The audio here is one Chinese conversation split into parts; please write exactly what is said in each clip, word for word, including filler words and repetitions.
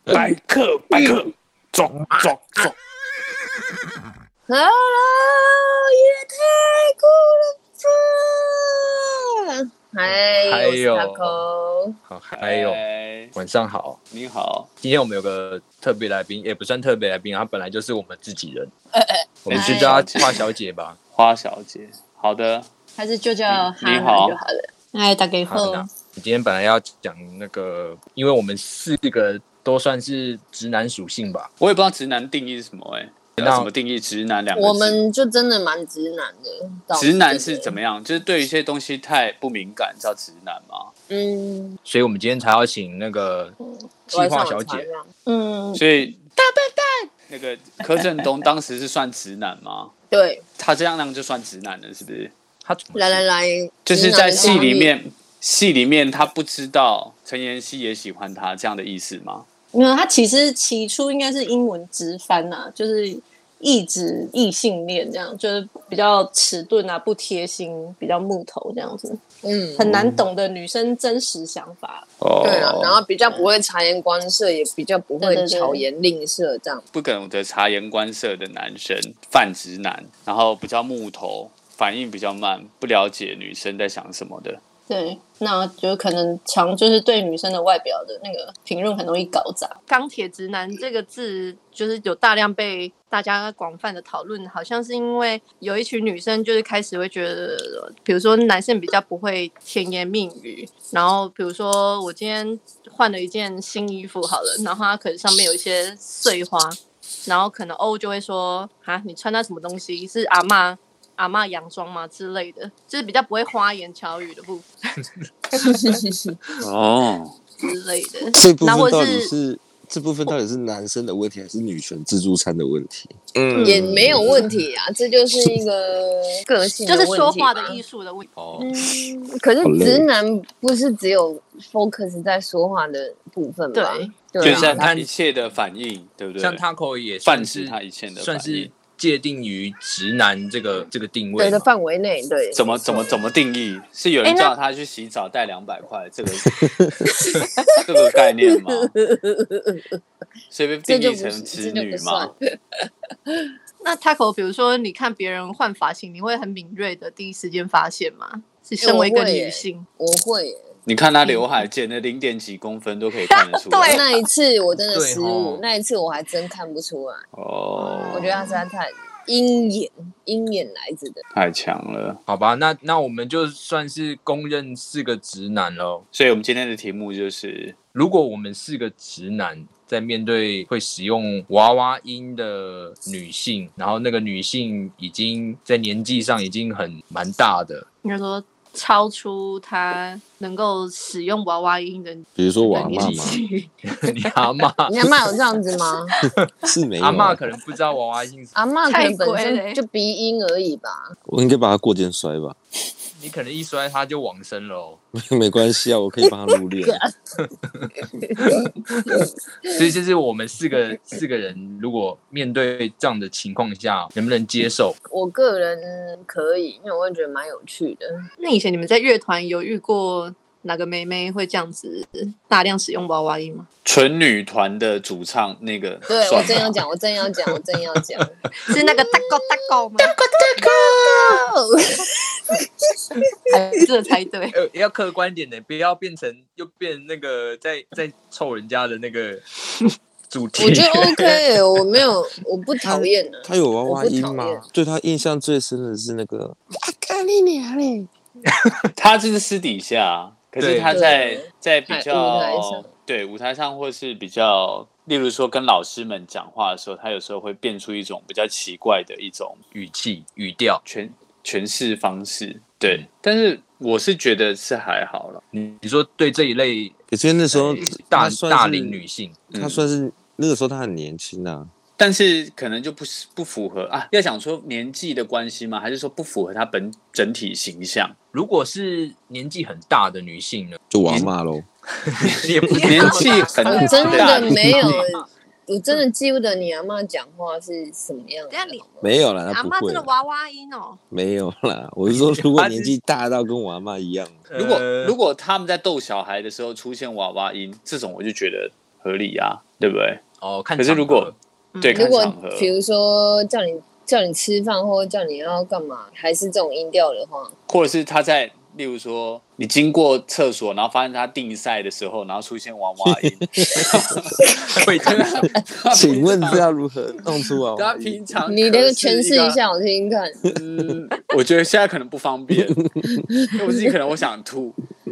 百克百克，走走走。 Hello， 也太酷了吧！嗨，我是 Taco。 好，还有晚上好， 你好。 今天我们有个特别来宾，也不算特别来宾，他本来就是我们自己人，我们就叫她花小姐吧。 花小姐，好的。 还是就叫哈娜就好了。 哎，大家好。 你今天本来要讲那个，因为我们四个都算是直男属性吧。 我也不知道直男定义是什么哎、欸。要怎么定义直男两个字？ 我们就真的蛮直男的。 直男是怎么样？就是对于一些东西太不敏感，叫直男吗？ 嗯，所以我们今天才要请那个企划小姐。 嗯，所以大笨蛋那个柯震东当时是算直男吗？ 对， 他这样那样就算直男了，是不是？ 他来来来， 就是在戏里面，戏里面他不知道陈妍希也喜欢他这样的意思吗？ 没有，他其实起初应该是英文直翻啊，就是意指异性恋这样，就是比较迟钝啊，不贴心，比较木头这样子，嗯，很难懂的女生真实想法。 哦，对啊，然后比较不会察言观色，也比较不会巧言令色这样。 不懂得察言观色的男生，泛直男，然后比较木头，反应比较慢，不了解女生在想什么的。 对，那就可能常就是对女生的外表的那个评论很容易搞砸。 钢铁直男这个字就是有大量被大家广泛的讨论，好像是因为有一群女生就是开始会觉得，比如说男生比较不会甜言蜜语，然后比如说我今天换了一件新衣服好了，然后它可能上面有一些碎花，然后可能欧就会说啊，你穿那什么东西是阿嬷阿嬷洋装嘛之类的，就是比较不会花言巧语的部分。 哦， 之类的。 这部分到底是这部分到底是男生的问题，还是女权自助餐的问题？ 嗯，也没有问题啊，这就是一个个性的问题， 就是说话的艺术的问题。 哦，嗯，可是直男不是只有 focus 在说话的部分吗？ 对，就像他一切的反应，对不对？ 像 Taco 也泛指他一切的反应，算是界定于直男这个这个定位对的范围内，对。 怎么怎么怎么定义？是有人叫他去洗澡带两百块，这个这个概念吗？所以被定义成直女吗？ 那 Taco， 比如说你看别人换发型，你会很敏锐的第一时间发现吗？是身为一个女性， 我会耶。 你看他刘海剪了零点几公分都可以看得出来。 对，那一次我真的失误，那一次我还真看不出来。 哦， 我觉得他实在太鹰眼，鹰眼来着的， 太强了。 好吧，那那我们就算是公认是个直男咯。 所以我们今天的题目就是： 如果我们是个直男，在面对会使用娃娃音的女性，然后那个女性已经在年纪上已经很蛮大的， 应该说超出他能够使用娃娃音的， 比如说我阿嬷吗？ 你阿嬷， 你阿嬷有这样子吗？ 是没有， 阿嬷可能不知道娃娃音是， 阿嬷可能本身就鼻音而已吧。 我应该把它过肩摔吧。 你可能一摔他就往生了哦。 没关系啊，我可以帮他入殓。 所以就是我们四个四个人，如果面对这样的情况下，能不能接受？ 我个人可以，因为我会觉得蛮有趣的。 那以前你们在乐团有遇过哪个妹妹会这样子大量使用娃娃音吗？ 纯女团的主唱那个， 对我真要讲，我真要讲，我真要讲， 是那个大狗大狗吗？ 大狗大狗， 这才对。 呃，要客观点的，不要变成又变成那个在在凑人家的那个主题。 我觉得 OK， 我没有，我不讨厌的。 他有娃娃音吗？对他印象最深的是那个阿干你娘嘞！ 他就是私底下。可是他在在比较对舞台上，或是比较，例如说跟老师们讲话的时候，他有时候会变出一种比较奇怪的一种语气、语调、 诠诠释方式。对，但是我是觉得是还好了。 你你说对这一类， 可是那时候大大龄女性， 她算是那个时候她很年轻啊。 但是可能就不不符合啊，要讲说年纪的关系吗？还是说不符合她本整体形象？ 如果是年纪很大的女性呢， 就我阿嬷咯。 也不年纪很大， 我真的没有，我真的记不得你阿嬷讲话是什么样的。 没有啦， 阿嬷真的娃娃音哦。 没有啦，我是说，如果年纪大到跟我阿嬷一样， 如果如果他们在逗小孩的时候出现娃娃音，这种我就觉得合理啊。 对不对？ 哦，看可是如果、嗯、对， 如果看场合， 比如说叫你叫你吃饭，或者叫你要干嘛，还是这种音调的话， 或者是他在。例如说，你经过厕所，然后发现他定赛的时候，然后出现娃娃音， 会真的？ 请问这要如何弄出娃娃音？ 他平常你那个诠释一下，我听听看。 嗯，我觉得现在可能不方便，因为我自己可能我想吐。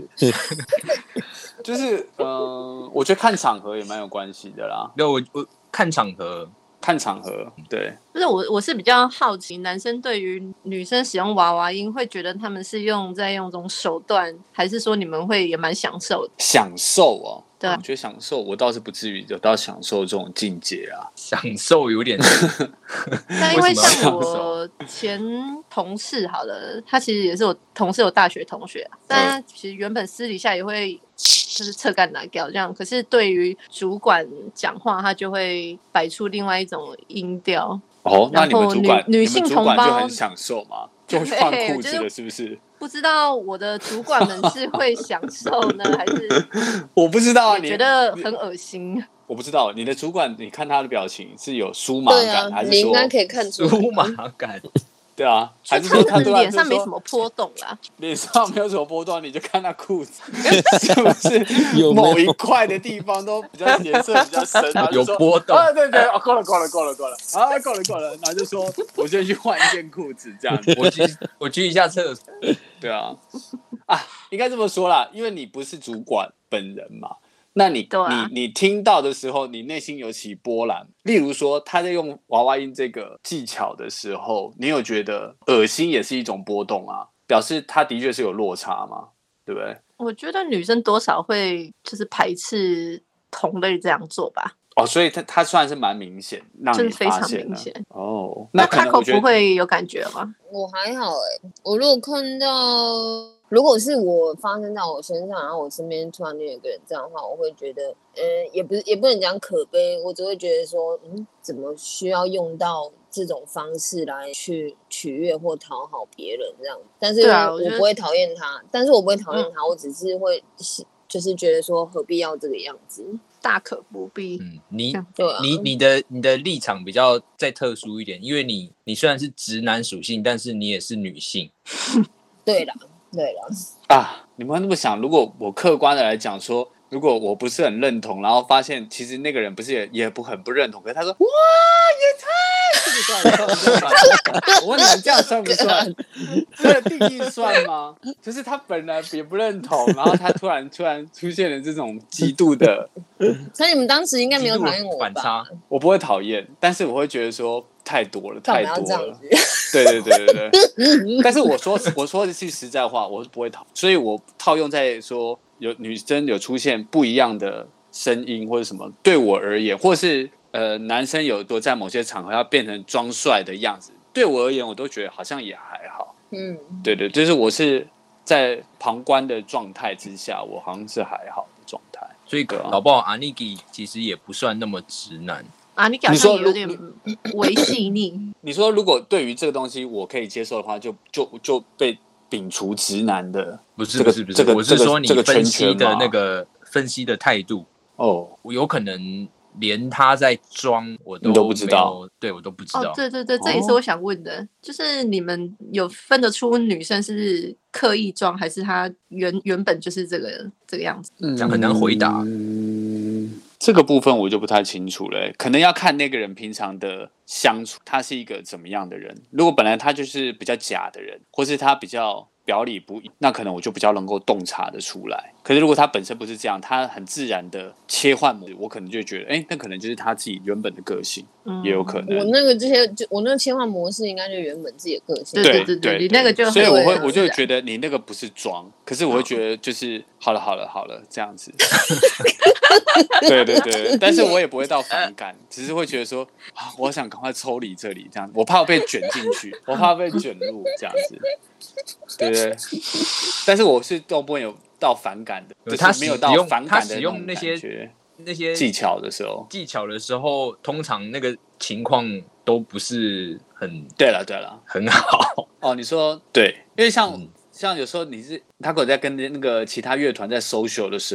就是，嗯、呃，我觉得看场合也蛮有关系的啦。 对，我我看场合。 看场合，对， 不是我，我是比较好奇，男生对于女生使用娃娃音，会觉得他们是用在用这种手段，还是说你们会也蛮享受的？ 享受哦， 对、啊， 我觉得享受，我倒是不至于有到享受这种境界啊。 享受有点， 但因为像我前同事，好了，他其实也是我同事，有大学同学、啊，但他其实原本私底下也会。就是侧干拿掉这样，可是对于主管讲话，他就会摆出另外一种音调。 哦，那你们主管女性同胞就很享受嘛，就会换裤子了，是不是？ 不知道我的主管们是会享受呢，还是我不知道啊？你觉得很恶心？ 我不知道你的主管，你看他的表情是有酥麻感， 啊、 还是说你应该可以看出酥麻感？ 对啊，还是说他脸上没什么波动啦？ 脸上没有什么波动，你就看他裤子是不是某一块的地方都比较颜色比较深， 有波动？ 啊，对对，哦，够了够了够了够了，啊，够了够了，然后就说我先去换一件裤子，这样子， 我去我去一下厕所。 对啊，啊，应该这么说啦，因为你不是主管本人嘛。那你、啊、你你听到的时候，你内心有起波澜。例如说，他在用娃娃音这个技巧的时候，你有觉得恶心也是一种波动啊？表示他的确是有落差嘛，对不对？ 我觉得女生多少会就是排斥同类这样做吧。 哦，所以他他算是蛮明显，让你发现了， 就是非常明显哦。 那他口不会有感觉吗？ 我还好哎、欸，我如果看到。如果是我发生在我身上，然后我身边突然有一个人这样的话，我会觉得，呃，也不是，也不能讲可悲，我只会觉得说，嗯，怎么需要用到这种方式来去取悦或讨好别人这样？但是我不会讨厌他，但是我不会讨厌他，嗯、我只是会就是觉得说，何必要这个样子？ 大可不必。 嗯，你对、啊、 你你的你的立场比较再特殊一点，因为你你虽然是直男属性，但是你也是女性。 对啦。对了啊，你们那么想，如果我客观的来讲说，如果我不是很认同，然后发现其实那个人不是也也不很不认同，可是他说哇也太这个算算不算？我问你这样算不算？这个定义算吗？就是他本来也不认同，然后他突然突然出现了这种极度的， 所以你们当时应该没有讨厌我吧？ 我不会讨厌，但是我会觉得说太多了，太多了。对对对对对，但是我说我说的是实在话，我是不会套，所以我套用在说有女生有出现不一样的声音或者什么，对我而言，或是呃男生有多在某些场合要变成装帅的样子，对我而言，我都觉得好像也还好。嗯，对对，就是我是在旁观的状态之下，我好像是还好的状态。 所以搞不好阿尼基其实也不算那么直男。 啊，你好像有点微细腻。 你说如果对于这个东西我可以接受的话，就就就被摒除直男的， 不是不是不是，我是说你分析的那个分析的态度哦， 我有可能连他在装我都都不知道， 对我都不知道。 哦，对对对，这也是我想问的，哦、就是你们有分得出女生是刻意装，还是她原原本就是这个这个样子？ 这样很难回答。 嗯，这个部分我就不太清楚了，可能要看那个人平常的相处，他是一个怎么样的人。如果本来他就是比较假的人，或是他比较表里不一，那可能我就比较能够洞察的出来。可是如果他本身不是这样，他很自然的切换模式，我可能就觉得，哎，那可能就是他自己原本的个性，嗯、也有可能。 我那个这些，我那个切换模式应该就原本自己的个性。 对对对，你那个就所以我会我就觉得你那个不是装，可是我会觉得就是好了好了好了这样子。对对对，但是我也不会到反感，只是会觉得说，啊、我想赶快抽离这里，这样我怕被卷进去，我怕被卷入这样子。对对，但是我是都不会有到反感的，就是没有到反感的那种感觉。 那些技巧的时候， 技巧的时候，通常那个情况都不是很对了对了， 很好哦。你说对，因为像、嗯、像有时候你是他可能在跟那个其他乐团在 social 的时候，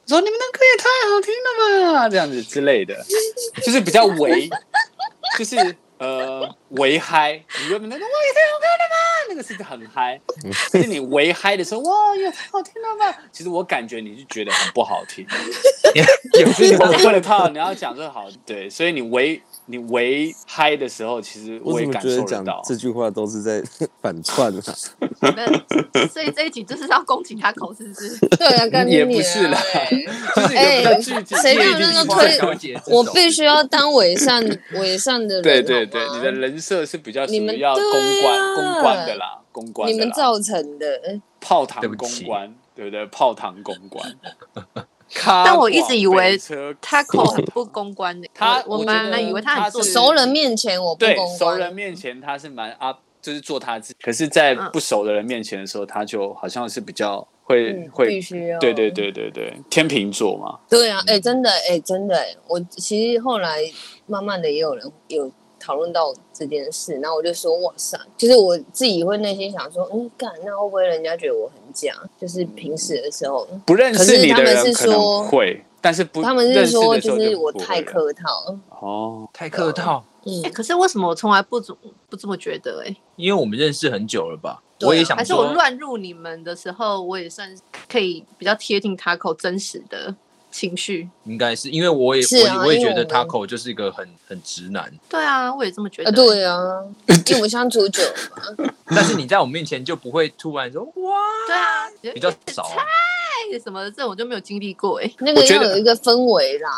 说你们的歌也太好听了吧，这样子之类的，就是比较微，就是呃微嗨。你原本那个哇也太好看了吧，那个是很嗨，可是你微嗨的时候，哇也太好听了吧，其实我感觉你就觉得很不好听。有时候为了靠你要讲这好，对，所以你微你微嗨的时候，其实我也感受得到。 我怎么觉得讲这句话都是在反串啊？ 所以这一集就是要攻击他口，是不是？ 对啊，跟也不是啦，就是有比较具体。 谁有那个推？我必须要当伪善伪善的人。 对对对，你的人设是比较属于要公关公关的啦，公关你们造成的泡汤公关，对不对？泡汤公关。 但我一直以为他口很不公关的，他我本来以为他很做熟人面前我不公关， 对熟人面前他是蛮啊，就是做他自己，可是，在不熟的人面前的时候，他就好像是比较会、嗯、会必须要对对对对对，天秤座嘛。 对啊，哎、欸，真的哎、欸，真的哎、欸，我其实后来慢慢的也有人有讨论到这件事，然后我就说哇塞，就是我自己会内心想说，嗯，干，那会不会人家觉得我很假？就是平时的时候不认识你的人可能会，但是不， 他们是说就是我太客套哦， 太客套。 嗯、欸，可是为什么我从来不不这么觉得、欸？哎， 因为我们认识很久了吧？ 啊、 我也想说， 还是我乱入你们的时候，我也算可以比较贴近Taco真实的情绪。 应该是因为我也啊、 我, 我也觉得 Taco 就是一个很很直男。 对啊，我也这么觉得、欸。 啊对啊，因为我们相处久了嘛。 但是你在我面前就不会突然说哇， 对啊， 比较少、啊。 什么的这种我就没有经历过哎、欸， 那个要有一个氛围啦。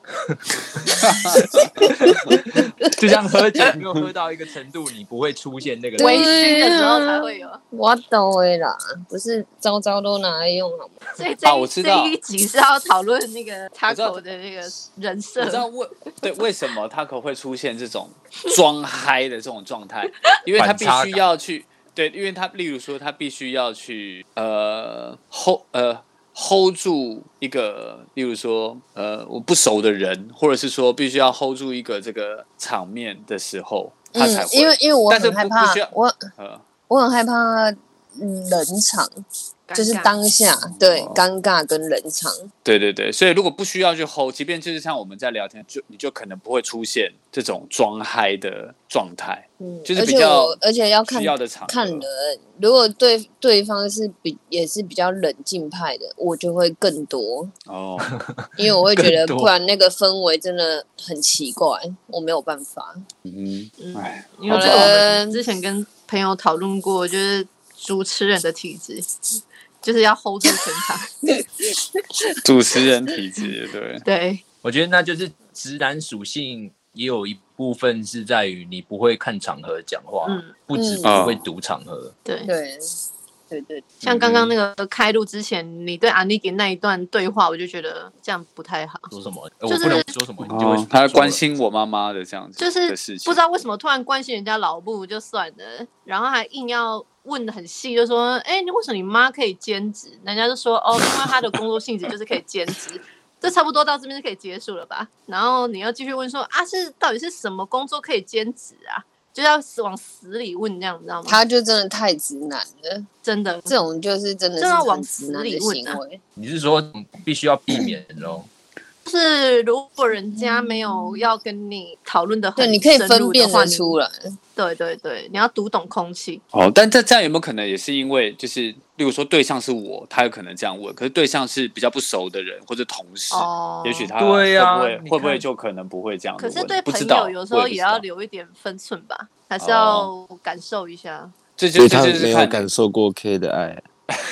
就像喝酒，没有喝到一个程度，你不会出现那个微醺的时候才会有。 我懂的啦，不是招招都拿来用好吗？ 所以这、啊、这一集是要讨论那个 Taco 的那个人设。 我知道为对为什么 Taco 会出现这种装嗨的这种状态，因为他必须要去对，因为他例如说他必须要去呃 hold 呃。hold 住一个，例如说，呃，我不熟的人，或者是说必须要 hold 住一个这个场面的时候，他才会。 嗯、因为因为我很害怕，我、 呃、 我很害怕冷场，就是当下对尴尬跟冷场。 对对对，所以如果不需要去 hold， 即便就是像我们在聊天，就你就可能不会出现这种装嗨的状态，嗯，就是比较而且要看需要的场看人，如果对对方是比也是比较冷静派的，我就会更多哦，因为我会觉得不然那个氛围真的很奇怪，我没有办法。 嗯嗯，哎， 因为我们之前跟朋友讨论过，就是主持人的体质。就是要 hold 住全场， 主持人体质，对对， 我觉得那就是直男属性，也有一部分是在于你不会看场合讲话，嗯、不止不会读场合， 嗯、对对对对。 像刚刚那个开录之前，你对安妮给那一段对话，我就觉得这样不太好。 说什么？ 就是、 我不能说什么，你就会、 哦、他关心我妈妈的这样子， 就是不知道为什么突然关心人家老母就算了，然后还硬要。问的很细，就说：“哎、欸，你为什么你妈可以兼职？”人家就说：“哦，因为她的工作性质就是可以兼职。”这差不多到这边就可以结束了吧？然后你要继续问说：“啊，是到底是什么工作可以兼职啊？”就要往死里问，这样你知道吗？ 他就真的太直男了， 真的， 这种就是真的是要往死里问啊！ 你是说必须要避免咯？ 就是如果人家没有要跟你讨论的很对，你可以分辨得出来。 对对对，你要读懂空气。 哦，但这这样有没有可能也是因为，就是例如说对象是我，他有可能这样问，可是对象是比较不熟的人或者同事，哦、也许他对呀、 啊，会不会会不会就可能不会这样问？ 可是对朋友有时候也要留一点分寸吧，还是要感受一下。哦、 这就他没有感受过 K 的爱。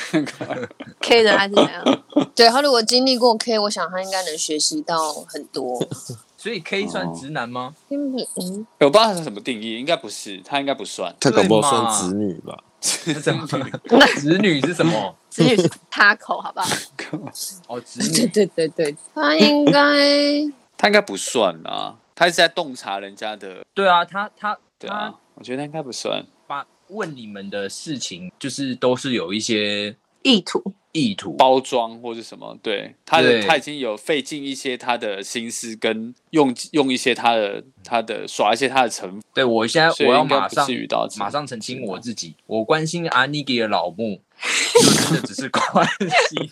K 的爱是怎样？ 对，他如果经历过 K， 我想他应该能学习到很多。 所以 K 算直男吗？ 嗯， 我不知道他是什么定义，应该不是，他应该不算。 他搞不好算直女吧？ 怎么？直女是什么？ 直女是他口，好不好？ 哦，直女， 对对对对，他应该， 他应该不算啊，他一直在洞察人家的。 对啊，他他对啊，我觉得他应该不算。 把问你们的事情，就是都是有一些意图。 意图包装或是什么，对他的他已经有费尽一些他的心思，跟用用一些他的他的耍一些他的城府。 对我现在我要马上遇到马上澄清我自己，我关心阿尼基的老母， 就真的只是关系，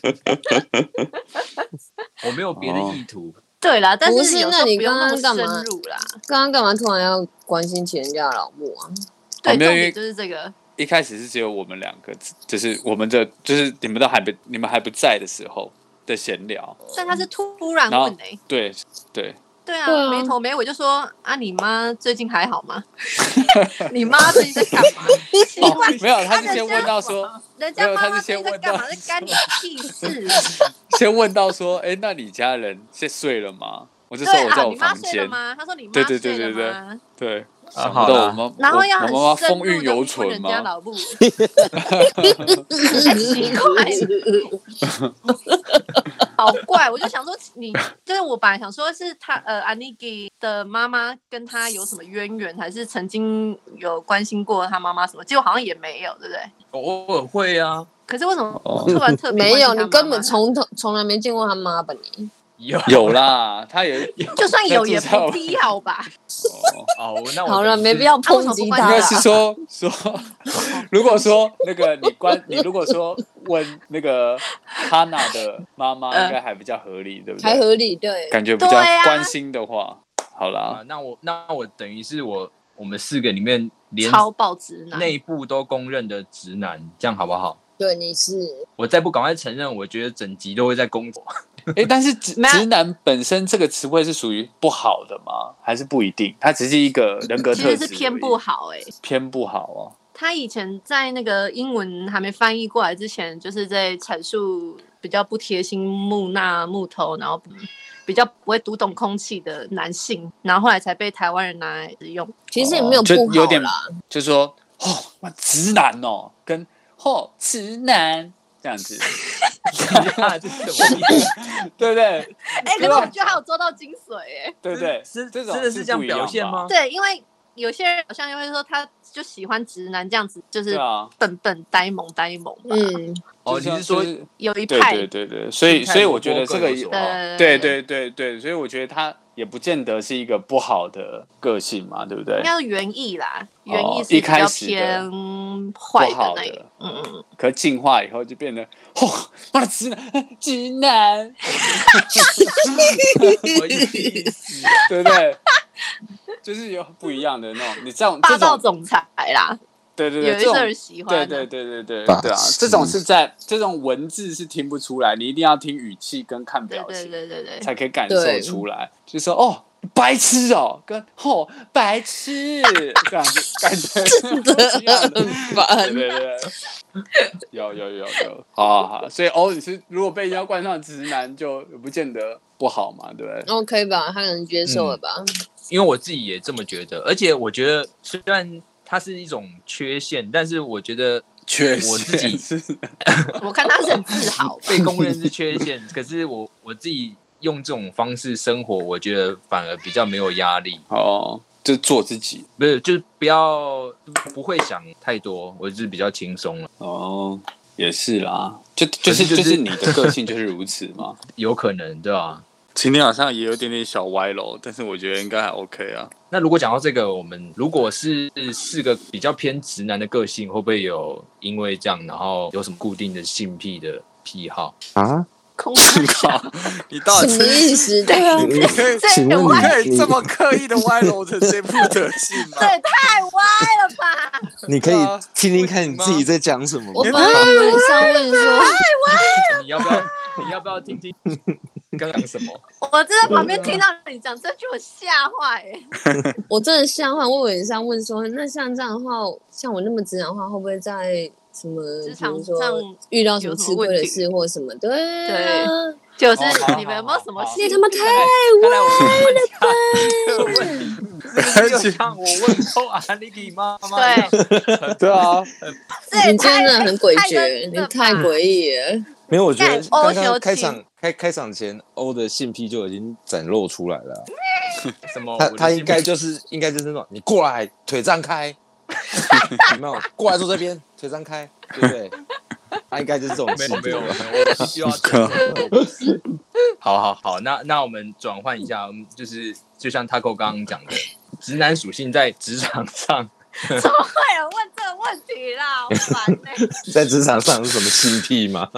我没有别的意图。 对啦，但不是是有时那你候不用那么刚刚干嘛深入啦。 刚刚干嘛突然要关心起人家的老母啊？ 对， 哦没有因为重点就是这个。 一开始是只有我们两个，就是我们的，就是你们都还不，你们还不在的时候的闲聊。 但他是突然然后问哎、欸， 对对， 对啊， 对啊没头没尾就说啊，你妈最近还好吗？你妈最近在干嘛？奇怪， 哦没有，他是先问到说， 人家妈没有他是妈最近在先问到干嘛？在干你屁事？ 先问到说，哎，那你家人先睡了吗？我就说对啊， 我在我你妈房间。 睡了吗？他说你妈对对睡了对对对吗？ 对， 啊想不到我妈， 然后要很我妈妈深入的风韵犹问存吗？ 人家老母，太奇怪了，好怪！我就想说你，就是我本来想说是他呃，安妮基的妈妈跟他有什么渊源，还是曾经有关心过他妈妈什么？结果好像也没有，对不对？ 偶尔会啊， 可是为什么哦突然特别没有， 关心他你根本妈妈从头从来没见过他妈吧你？ 有有啦，他也就算有也那至少不必要吧？ 哦。 哦，那我好了， 等于是没必要啊为什抨击么不关应该他。 是说说，如果说那个你关你如果说问那个哈娜的妈妈，应该还比较合理，对不对？ 还合理，对。 感觉比较对啊关心的话，好啊啦，， 那我那我等于是我我们四个里面连超爆直男， 内部都公认的直男，这样好不好？ 对，你是我再不赶快承认，我觉得整集都会在攻击。 哎，但是直没有直男本身这个词汇是属于不好的吗？还是不一定？它只是一个人格其特质而已， 实是偏不好哎、 偏不好哦。 他以前在那个英文还没翻译过来之前，就是在阐述比较不贴心、木讷、木头，然后比较不会读懂空气的男性，然后后来才被台湾人拿来使用。 其实也没有就不有点好啦。 就说哦，哇，直男哦，跟哦直男这样子， 这是什么意思？ 对不对？ 哎、可是我觉得还有做到精髓哎、 对不对？ 是这种真的是这样不一样表现吗吧？ 对，因为有些人好像又会说，他就喜欢直男这样子，就是对啊， 笨笨、呆萌、呆萌吧。 嗯， 哦， 就你是说就是对有一派， 对对对，所以心态所以我觉得萝卜这个也各有所好对对对对，所以我觉得他也不见得是一个不好的个性嘛，对不对应？该是原意啦，原意哦是比较一开始的偏坏不好的的那个，嗯嗯。 可进化以后就变得，哦，妈的直男，直男， 什么意思？ 对不对？就是有不一样的那种，你这种霸这种， 道总裁啦， 对对对， 有一这种些人喜欢、啊。 对对对对对对啊， 霸气这种是在这种文字是听不出来，你一定要听语气跟看对对表情对对对， 才可以感对受出来，就说哦。白痴哦，跟哦白痴这样子感觉真的一样的， 很烦。 对对对，有有有有，好好好，所以哦，你是如果被人家冠上直男，就不见得不好嘛，对不对？ OK 吧，他能接受了吧？ 因为我自己也这么觉得，而且我觉得虽然它是一种缺陷，但是我觉得确我自己是我看他是很自豪。 被公认是缺陷，可是我我自己用这种方式生活，我觉得反而比较没有压力， 哦，就做自己不是就是不要不会想太多，我就是比较轻松了， 哦，也是啦，就就是可是就是就是你的个性就是如此嘛。 有可能对吧？ 今天好像也有点点小歪楼，但是我觉得应该还 OK 啊。 那如果讲到这个，我们如果是四个比较偏直男的个性，会不会有因为这样，然后有什么固定的性癖的癖好？ 啊？ 空靠，你到底什么意思？ 对啊， 你可以请问我你你可以这么刻意的歪楼成这副德性吗这？也太歪了吧！ 你可以听听看你自己在讲什么吗？ 我本来以为是要问说， 你要不要？你要不要听听刚刚什么？ 我就在旁边听到你讲这句，我吓坏哎。 我真的吓坏，我以为是要问说，那像这样的话，像我那么直男的话，会不会在什么， 职场比如说上遇到什么吃亏的有什么问题事或什么？对啊， 就是哦好你们有没有什么好好你他妈太看来我问一下这个问题，是不是就像我问过安妮迪妈妈？ 对， 对啊， 这也你真的太很诡太谲， 认真你太了吧诡异了。 没有，我觉得干欧刚修气刚开场开开场前，欧的性癖就已经展露出来了啊。 什么？ 他他应该就是应该就是那种，你过来，腿张开，有没有？过来坐这边，腿张开，对不对？他应该就是这种气没有没有， 质。 没有我必须要承认我不是。好好好，那那我们转换一下，就是就像 Taco 刚刚讲的，直男属性在职场上， 怎么会有问这个问题？ 底啦，好烦欸在职场上是什么性癖吗？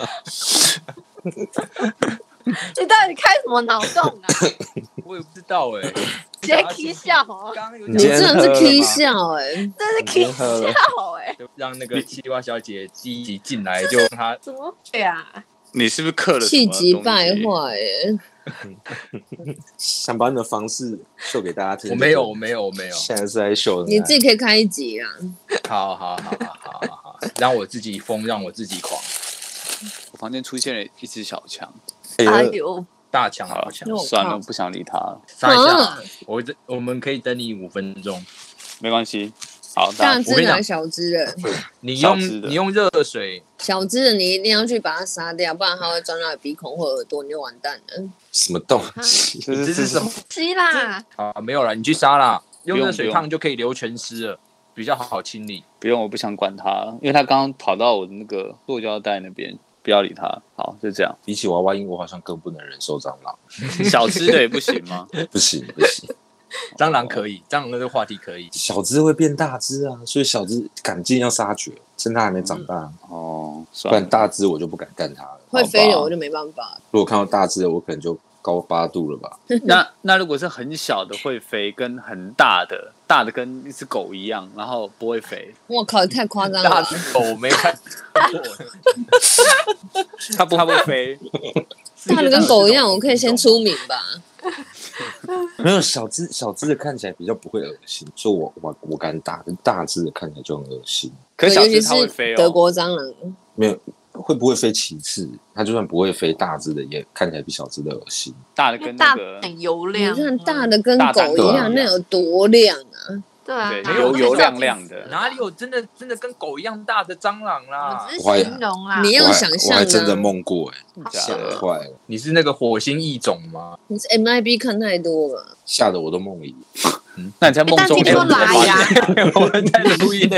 你到底开什么脑洞啊？ 我也不知道哎、欸， 直接 k 笑哦， 刚刚有你真的是今 k 天笑哎、 真是 k 笑哎， 就让那个气蛙小姐第一集进来就让她怎么会啊？ 你是不是刻了什么气急东西败坏哎、 想把你的方式秀给大家听。 我没有，我没有，我没有。 现在是在秀的。 你自己可以开一集啊。 好好好好好好好，让我自己疯，让我自己狂。 我房间出现了一只小强， 哎呦， 大强好了好强，， 算了，不想理他了， 杀一下啊， 我这我们可以等你五分钟。 没关系。好， 大大家只的小只的， 你用小只的你用热水， 小只的你一定要去把它杀掉，不然它会钻到你鼻孔或耳朵，你就完蛋了。 什么东西？ 这是这是什么？ 吸啦， 啊，没有了，你去杀啦，用不用热水烫就可以留全尸了，比较好清理。 不用，我不想管他了，因为他刚刚跑到我的那个塑胶袋那边，不要理他。好，就这样。 比起娃娃音，我好像更不能忍受蟑螂。 小只的也不行吗？ 不行不行， 蟑螂可以，蟑螂这个话题可以。 小只会变大只啊，所以小只赶尽要杀绝，趁它还没长大， 哦， 不算了， 然大只我就不敢干它了。 会飞的我就没办法。 如果看到大只的，我可能就高八度了吧。 那那如果是很小的会飞，跟很大的，大的跟一只狗一样，然后不会飞， 我靠，太夸张大了！ 狗没看过， 它不它不会飞。 大的跟狗一样，我可以先出名吧？ 没有小只小只的看起来比较不会恶心，所以我我我敢打，大只的看起来就很恶心。 可是小只尤其是它会飞哦。 德国蟑螂， 没有会不会飞其次，它就算不会飞，大只的也看起来比小只的恶心。 大的因为大跟那个很油你亮， 看大的跟大狗一样， 对啊那有多亮啊！ 对啊， 对哪有油油亮亮的。 哪里有真的真的跟狗一样大的蟑螂我啦？ 只是形容啦。 你我还要想象我还真的啊， 梦过哎、吓假的得坏了， 你是那个火星异种吗？ 你是 M I B 看太多了。 吓得我都梦遗。 那你在梦中但听说拉牙， 我们在录音呢。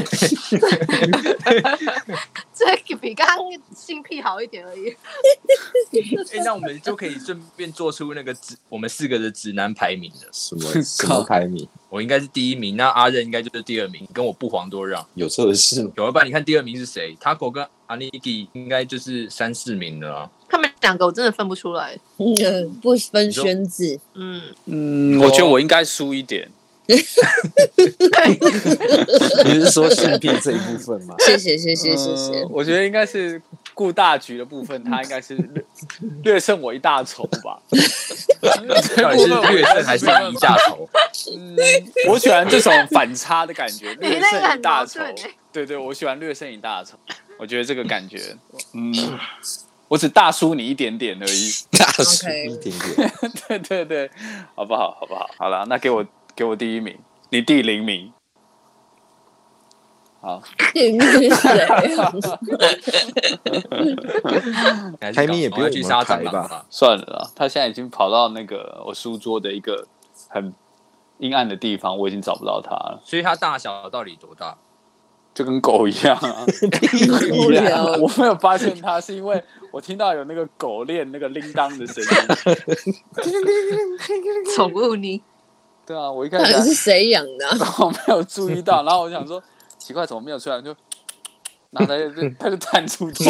这个比刚刚性癖好一点而已。 哎，那我们就可以顺便做出那个直我们四个的指南排名了。 什么什么排名？ 我应该是第一名，那阿任应该就是第二名，跟我不遑多让。 有这回事吗？ 有，要不然你看第二名是谁？Taco 跟 Aniki 应该就是三四名了啊。 他们两个我真的分不出来。 嗯，不分轩轾。 嗯， 嗯，我觉得我应该输一点。 你是说性癖这一部分吗？ 谢谢谢谢谢谢嗯。我觉得应该是顾大局的部分，他应该是略略胜我一大筹吧。 到底是略胜还是一下头？ 嗯，我喜欢这种反差的感觉， 你略胜那个很一大筹矛盾。欸对对，我喜欢略胜一大筹。我觉得这个感觉，嗯，我只大输你一点点而已。 大叔 OK 一点点， 对对对，好不好？好不好？好了，那给我给我第一名，你第零名。好， 你是谁？ 排名也不用要去杀我们排吧蟑螂吧。 算了啦，他现在已经跑到那个我书桌的一个很阴暗的地方，我已经找不到他了， 所以它大小到底多大？ 就跟狗一样啊。 无聊。 我没有发现他，是因为我听到有那个狗链那个铃铛的声音。 宠物你对啊，我一开到底是始谁养的啊？ 我没有注意到，然后我想说奇怪，怎么没有出来？就然后他就他就探出头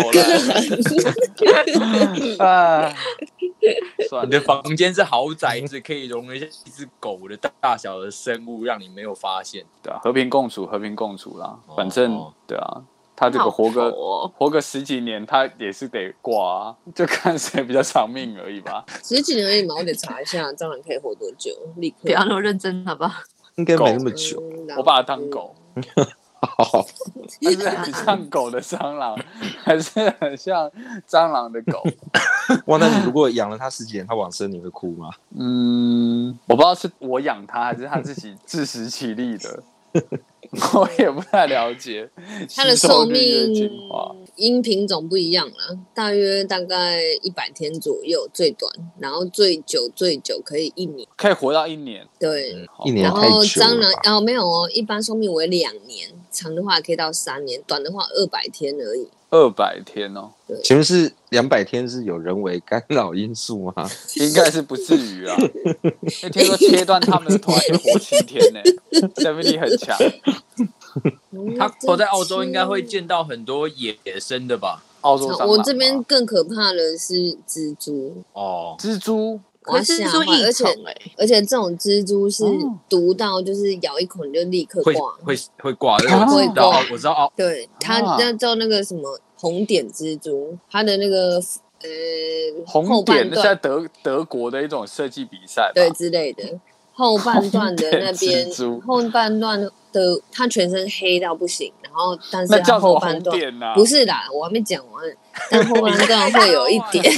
来。啊，算了， 你的房间是豪宅，是可以容得下一只狗的大小的生物，让你没有发现。 对啊，和平共处，和平共处啦。 哦反正对啊，他这个活个好丑哦活个十几年，他也是得挂啊，就看谁比较长命而已吧。 十几年而已嘛，我得查一下蟑螂可以活多久，立刻。 不要那么认真，好不好？ 应该没那么久。 嗯我把它当狗。 好， 它是很像狗的蟑螂，还是很像蟑螂的狗？ 哇，那你如果养了它十几年，它往生，你会哭吗？ 嗯，我不知道是我养它还是它自己自食其力的，我也不太了解。 它的寿吸收日月命精华因品种不一样啦，大约大概一百天左右最短，然后最久最久可以一年。 可以活到一年， 对， 一年然后太久蟑螂了吧？ 哦没有哦，一般寿命为两年，长的话可以到三年，短的话二百天而已。 二百天哦， 请问是两百天是有人为干扰因素吗？ 应该是不至于啊。因为听说切断他们的头还可以活七天呢，生命力很强。 他跑在澳洲应该会见到很多野生的吧？ 澳洲蟑螂。 我这边更可怕的是蜘蛛哦， 蜘蛛。 我是说异虫哎， 而且这种蜘蛛是毒到，就是咬一口你就立刻挂， 会会会挂， 会挂。我知道哦， 对，它那叫那个什么红点蜘蛛，它的那个呃红点是在德德国的一种设计比赛， 对之类的。后半段的那边，后半段的它全身黑到不行，然后但是它后半段、 啊、 不是啦，我还没讲完，但后半段会有一点，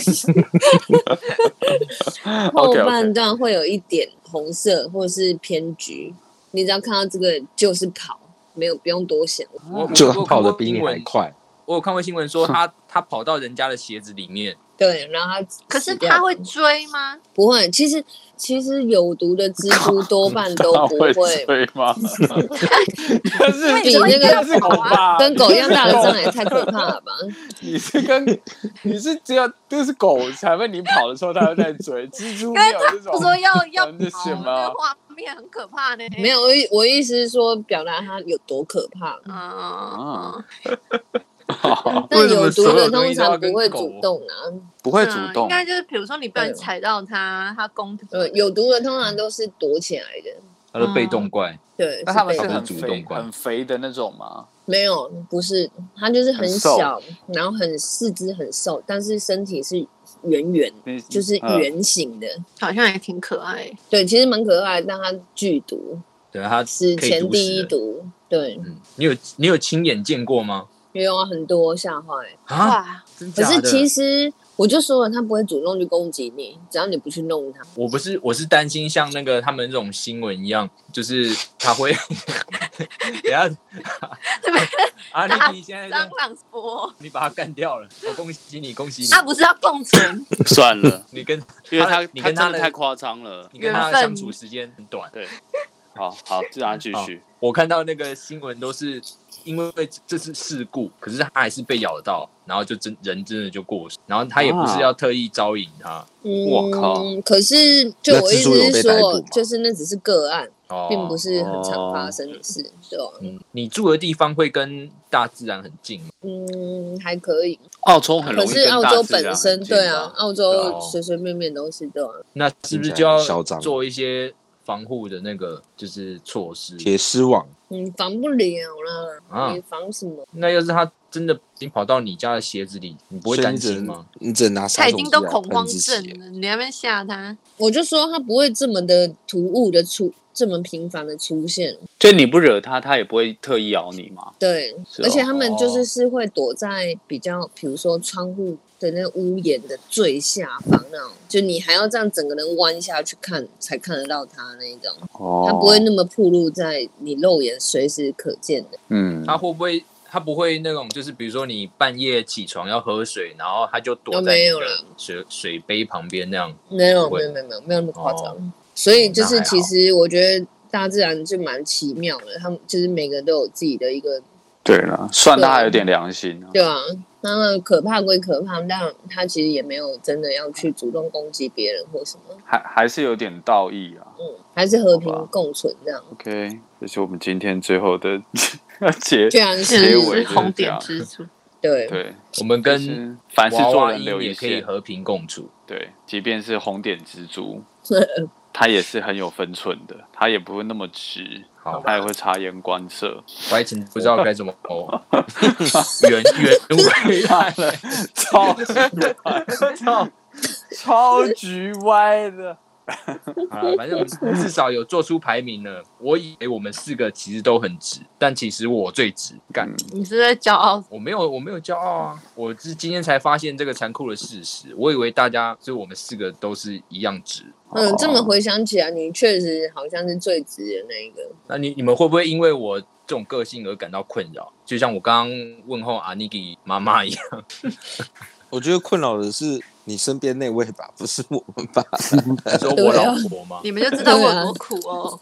后半段会有一点红色或是偏橘，你只要看到这个就是跑，没有不用多想， 就跑得比你还快。 我有看过新闻说他他跑到人家的鞋子里面， 对，然后他可是他会追吗？ 不会，其实其实有毒的蜘蛛多半都不会追吗？ 可是比那个跟狗一样大的蟑螂也太可怕了吧？ 你是跟你是只有就是狗才会你跑的时候它会在追，蜘蛛没有这种。 他说要要跑， 那个画面很可怕呢。 没有，我我意思是说表达它有多可怕。 啊。 但有毒的通常不会主动啊， 不会主动， 应该就是比如说你不然踩到它，它攻击。 呃，有毒的通常都是躲起来的， 它是被动怪。 对， 那他们是很肥很肥的那种吗？ 没有，不是，它就是很小，然后很四肢很瘦，但是身体是圆圆，就是圆形的， 好像也挺可爱。 对，其实蛮可爱，但它剧毒， 对，它史前第一毒。对， 嗯，你有你有亲眼见过吗？ 有啊，很多吓坏啊！ 可是其实我就说了，他不会主动去攻击你，只要你不去弄他。 我不是，我是担心像那个他们这种新闻一样，就是他会等下啊，你现在蟑螂播， 你把他干掉了，我恭喜你，恭喜你。 他不是要共存？ 算了， 你跟因为他你跟他太夸张了， 你跟他的相处时间很短。 对，好好，自然继续。 我看到那个新闻都是。因为这是事故，可是他还是被咬到，然后就真人真的就过世，然后他也不是要特意招引他。 我、嗯、靠！ 可是就我意思是说，就是那只是个案，哦、并不是很常发生的事，对吧、 嗯？你住的地方会跟大自然很近吗？ 嗯，还可以。 澳洲很容易跟大自然很近吧， 可是澳洲本身对啊，澳洲随随便便都是对啊。 那是不是就要做一些防护的那个就是措施？ 铁丝网。 嗯，防不了啦，啊、你防什么？ 那要是他真的已经跑到你家的鞋子里，你不会担心吗？ 你只能拿杀虫剂来喷自己。 他已经都恐慌症了，你在那边吓他。 我就说他不会这么的突兀的出，这么频繁的出现。 就你不惹他，他也不会特意咬你嘛。 对，哦、而且他们就是是会躲在比较，比如说窗户的那个屋檐的最下方那种，就你还要这样整个人弯下去看，才看得到他那一种。哦，他不会那么暴露在你肉眼随时可见的。 嗯， 他会不会？他不会那种，就是比如说你半夜起床要喝水，然后他就躲在你的水水杯旁边那样。 没有，没有，没有，没有，没有那么夸张。哦、所以就是，其实我觉得大自然就蛮奇妙的，他们就是每个人都有自己的一个。 对了，算他还有点良心、啊。 对啊，那么可怕归可怕，但他其实也没有真的要去主动攻击别人或什么， 还还是有点道义啊。 嗯，还是和平共存这样。 OK， 这是我们今天最后的结居然结尾红点之处。 对对， 我们跟凡事做人留一也可以和平共处。 对，即便是红点蜘蛛，它也是很有分寸的，它也不会那么直，它也会察言观色。 我以前不知道该怎么哦，圆圆回来了， 超超超局歪的。 好了，反正我们至少有做出排名了。我以为我们四个其实都很直，但其实我最直。干， 你是在骄傲？ 我没有，我没有骄傲啊！我是今天才发现这个残酷的事实。我以为大家就我们四个都是一样直。 嗯，这么回想起来，你确实好像是最直的那一个。 那你你们会不会因为我这种个性而感到困扰？就像我刚刚问候阿尼基妈妈一样。 我觉得困扰的是你身边那位吧，不是我们吧？ 你说我老婆吗？ 你们就知道我有多苦哦。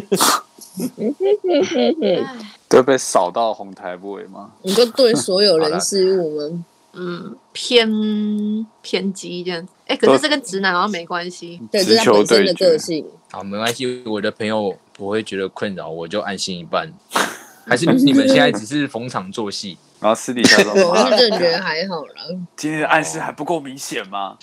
都被扫到红台不为吗？ 你就对所有人事物吗？ 嗯，偏偏激这样子。哎、欸，可是这跟直男好像没关系。 对，这是他本身的个性。 好，没关系，我的朋友不会觉得困扰，我就安心一半。 还是你们现在只是逢场作戏？ 然后私底下说， 我是真的觉得还好啦。 今天的暗示还不够明显吗？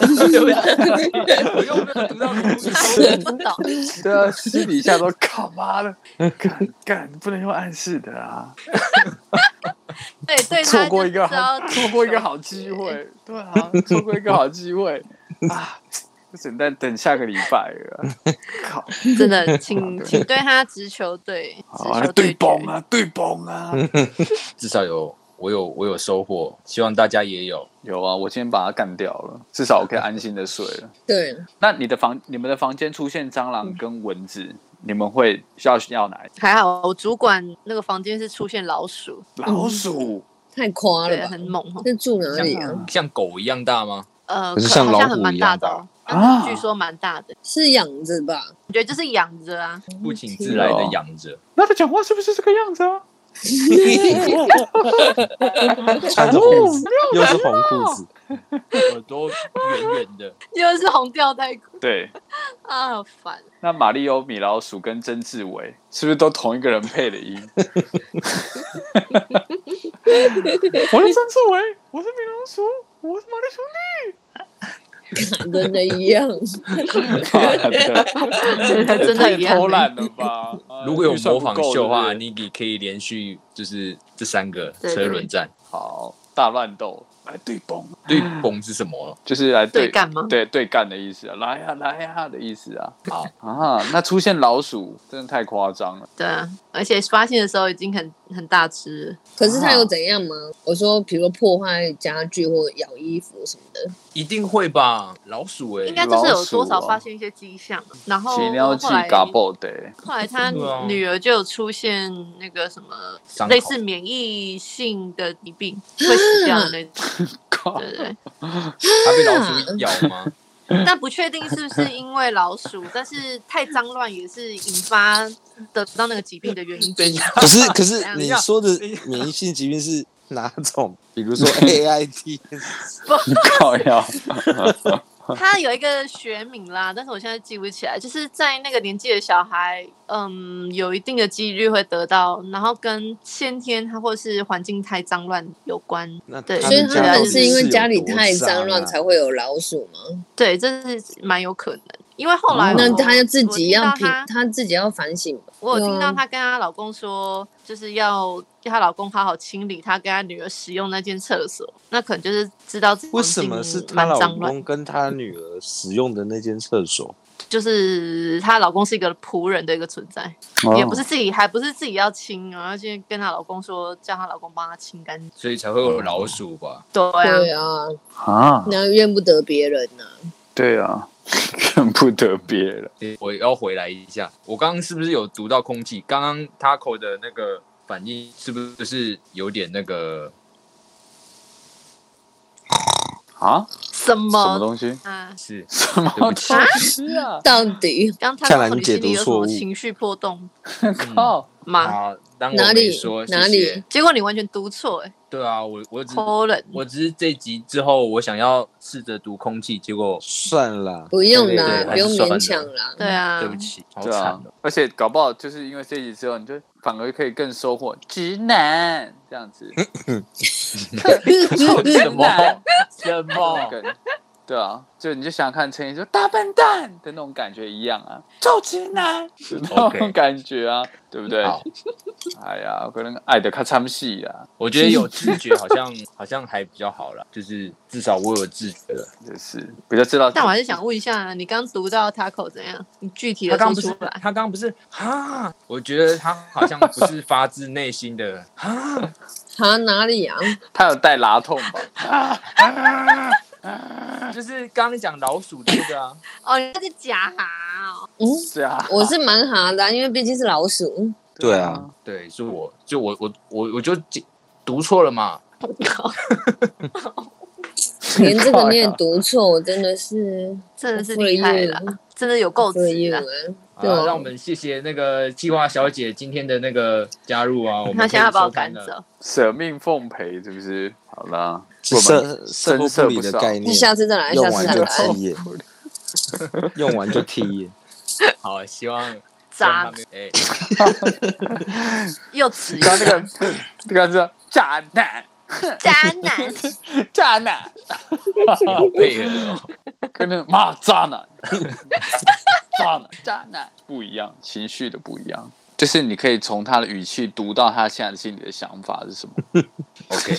我又没有读到你不懂。 对啊，私底下都靠妈的，干干不能用暗示的啊！ 对对， 错过一个好，错过一个好机会，对啊，错过一个好机会啊！只能等下个礼拜了，靠！ 真的，请请对他直球对，直球对崩啊，对崩啊！ 至少有我有我有收获，希望大家也有。 有啊，我今天把它干掉了，至少我可以安心的睡了。 对， 那你的房、你们的房间出现蟑螂跟蚊子，你们会需要需要哪一？ 还好，我主管那个房间是出现老鼠， 老鼠、 嗯、太夸了吧， 很猛哦。 那住哪里啊？ 像, 像狗一样大吗？ 呃， 可是像老虎好像很蛮大的哦。啊，据说蛮大的， 是养着吧？ 我觉得就是养着啊， 不请自来的养着。 那他讲话是不是这个样子啊？ 穿着裤子，又是红裤子， 耳朵圆圆的， 又是红吊带裤。 对啊，好烦。 那马里欧、米老鼠跟曾志伟是不是都同一个人配的音？我是曾志伟，我是米老鼠，我是马里兄弟。 真的一样， 真的一样， 偷懒了吧？ 如果有模仿秀的话 ，Niki 可以连续就是这三个车轮战。 好，大乱斗来对崩， 对崩是什么？ 就是来对干吗？ 对对干的意思啊，来呀来呀的意思啊。好啊，那出现老鼠真的太夸张了。 对啊，而且发现的时候已经很很大只了。 可是它有怎样吗？我说，比如说破坏家具或咬衣服什么的， 一定会吧？老鼠哎、欸， 应该就是有多少发现一些迹象，然后后来后来他女儿就有出现那个什么类似免疫性的疾病，会死掉的那种。对对， 他被老鼠咬吗？ 但不确定是不是因为老鼠，但是太脏乱也是引发得到那个疾病的原因。 可是可是你说的免疫性疾病是哪种？比如说 A I D， 靠腰。 它有一个学名啦，但是我现在记不起来。就是在那个年纪的小孩，嗯，有一定的几率会得到，然后跟先天它或是环境太脏乱有关。对， 所以他们是因为家里太脏乱才会有老鼠吗？ 对，这是蛮有可能。因为后来、 哦、那她要自己要评，她自己要反省。 我有听到她跟她老公说，就是要叫她老公好好清理她跟她女儿使用那间厕所。那可能就是知道为什么是她老公跟她女儿使用的那间厕所？ 就是她老公是一个仆人的一个存在，哦、也不是自己，还不是自己要清，然后先跟她老公说，叫她老公帮她清干净， 所以才会有老鼠吧？ 对啊， 对啊，啊，那怨不得别人呐、啊。 对啊。更不得别了。 我要回来一下，我刚刚是不是有读到空气？刚刚 Taco 的那个反应是不是有点那个啊？ 什么什么东西？ 啊， 是什么东西啊？ 到底刚他看你心里有什么情绪波动？ 靠妈！ 哪里说哪里？ 结果你完全读错哎！ 对啊，我我只我只是这集之后，我想要试着读空气，结果算了， 不用啦，不用勉强啦。 对啊， 对不起，好惨啊！ 而且搞不好就是因为这集之后，你就反而可以更收获直男这样子。 什么什么？ 对啊，就你就想看陈奕说大笨蛋的那种感觉一样啊，臭直男那种感觉啊，对不对？哎呀，可能爱的较参戏啊。 我觉得有自觉好像好像还比较好啦，就是至少我有自觉了， 就是比较知道。 但我还是想问一下，你刚读到 Taco 怎样？你具体的说出来。 他刚刚不是哈？我觉得他好像不是发自内心的哈。 哈哪里啊？ 他有带拉痛吧？ 就是刚刚讲老鼠这个啊， 哦，他是假哈哦， 嗯， 假， 我是蛮哈的、啊，因为毕竟是老鼠。 对啊， 对，是我，就我我我我就读错了嘛。 连这个你也读错，我真的是真的是厉害了，真的有够值啊！ 对，让我们谢谢那个计划小姐今天的那个加入啊，我们她现在把我赶走， 舍命奉陪，是不是？好啦， 社社会部里的概念， 下次再来， 用完就踢耶，用完就踢耶。 好，希望渣， 哎， 又直刚那个那个是渣男， 渣男， 渣男， 好配合哦， 跟那骂渣男，渣男，渣男不一样，情绪的不一样。就是你可以从他的语气读到他现在心里的想法是什么。 OK，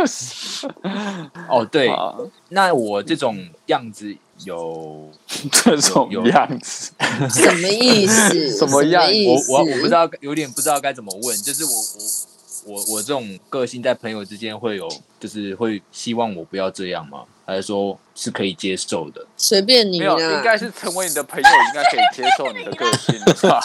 哦对，那我这种样子有这种样子， 什么意思？ 什么样？ 我我我不知道，有点不知道该怎么问。就是我我我我这种个性在朋友之间会有，就是会希望我不要这样吗？还是说是可以接受的？ 随便你啦， 没有，应该是成为你的朋友，应该可以接受你的个性吧？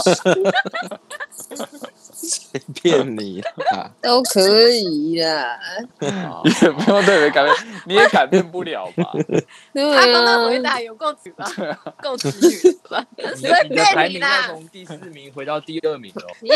随便你啦， 都可以啦， 也不用特别改变，你也改变不了吧？ 对他刚刚啊， 回答有够直吧，够直女吧？随你的排名便你啦要。从第四名回到第二名了。 耶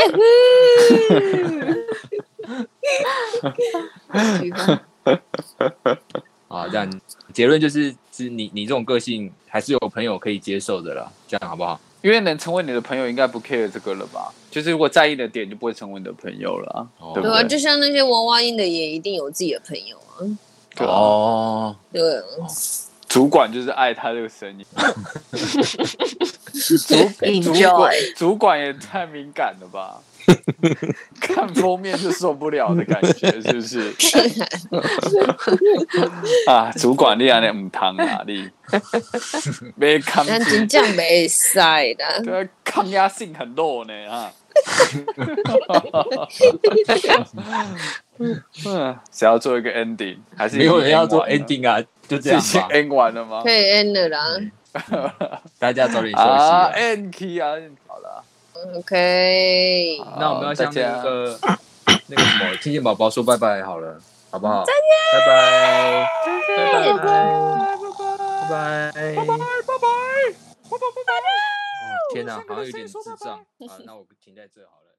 啊，这样结论就是，是你你这种个性还是有朋友可以接受的啦，这样好不好？ 因为能成为你的朋友，应该不 care 这个了吧？就是如果在意的点，就不会成为你的朋友了、啊， 哦对不对啊， 对？ 就像那些娃娃音的，也一定有自己的朋友啊。 对啊哦， 对啊， 主管就是爱他这个声音，主主管 Enjoy 主管也太敏感了吧？看封面就受不了的感觉，是不是？啊，主管你安尼唔通啊，你没抗但拒， 真正没晒的。 对啊，抗压性很弱呢啊。嗯，谁要做一个 ending？还是没有人要做已经 end 完了 ending 啊，就这样已经吧， end 完了吗可？以 end 了啦。 大家早点休息啊啊。 ，end key 啊，好了。 OK， 那我们要向大家那个那个什么亲亲宝宝说拜拜好了，好不好？再见，拜拜，拜拜，拜拜，拜拜，拜拜，拜拜。天哪，好像有点智障啊！那我停在这好了。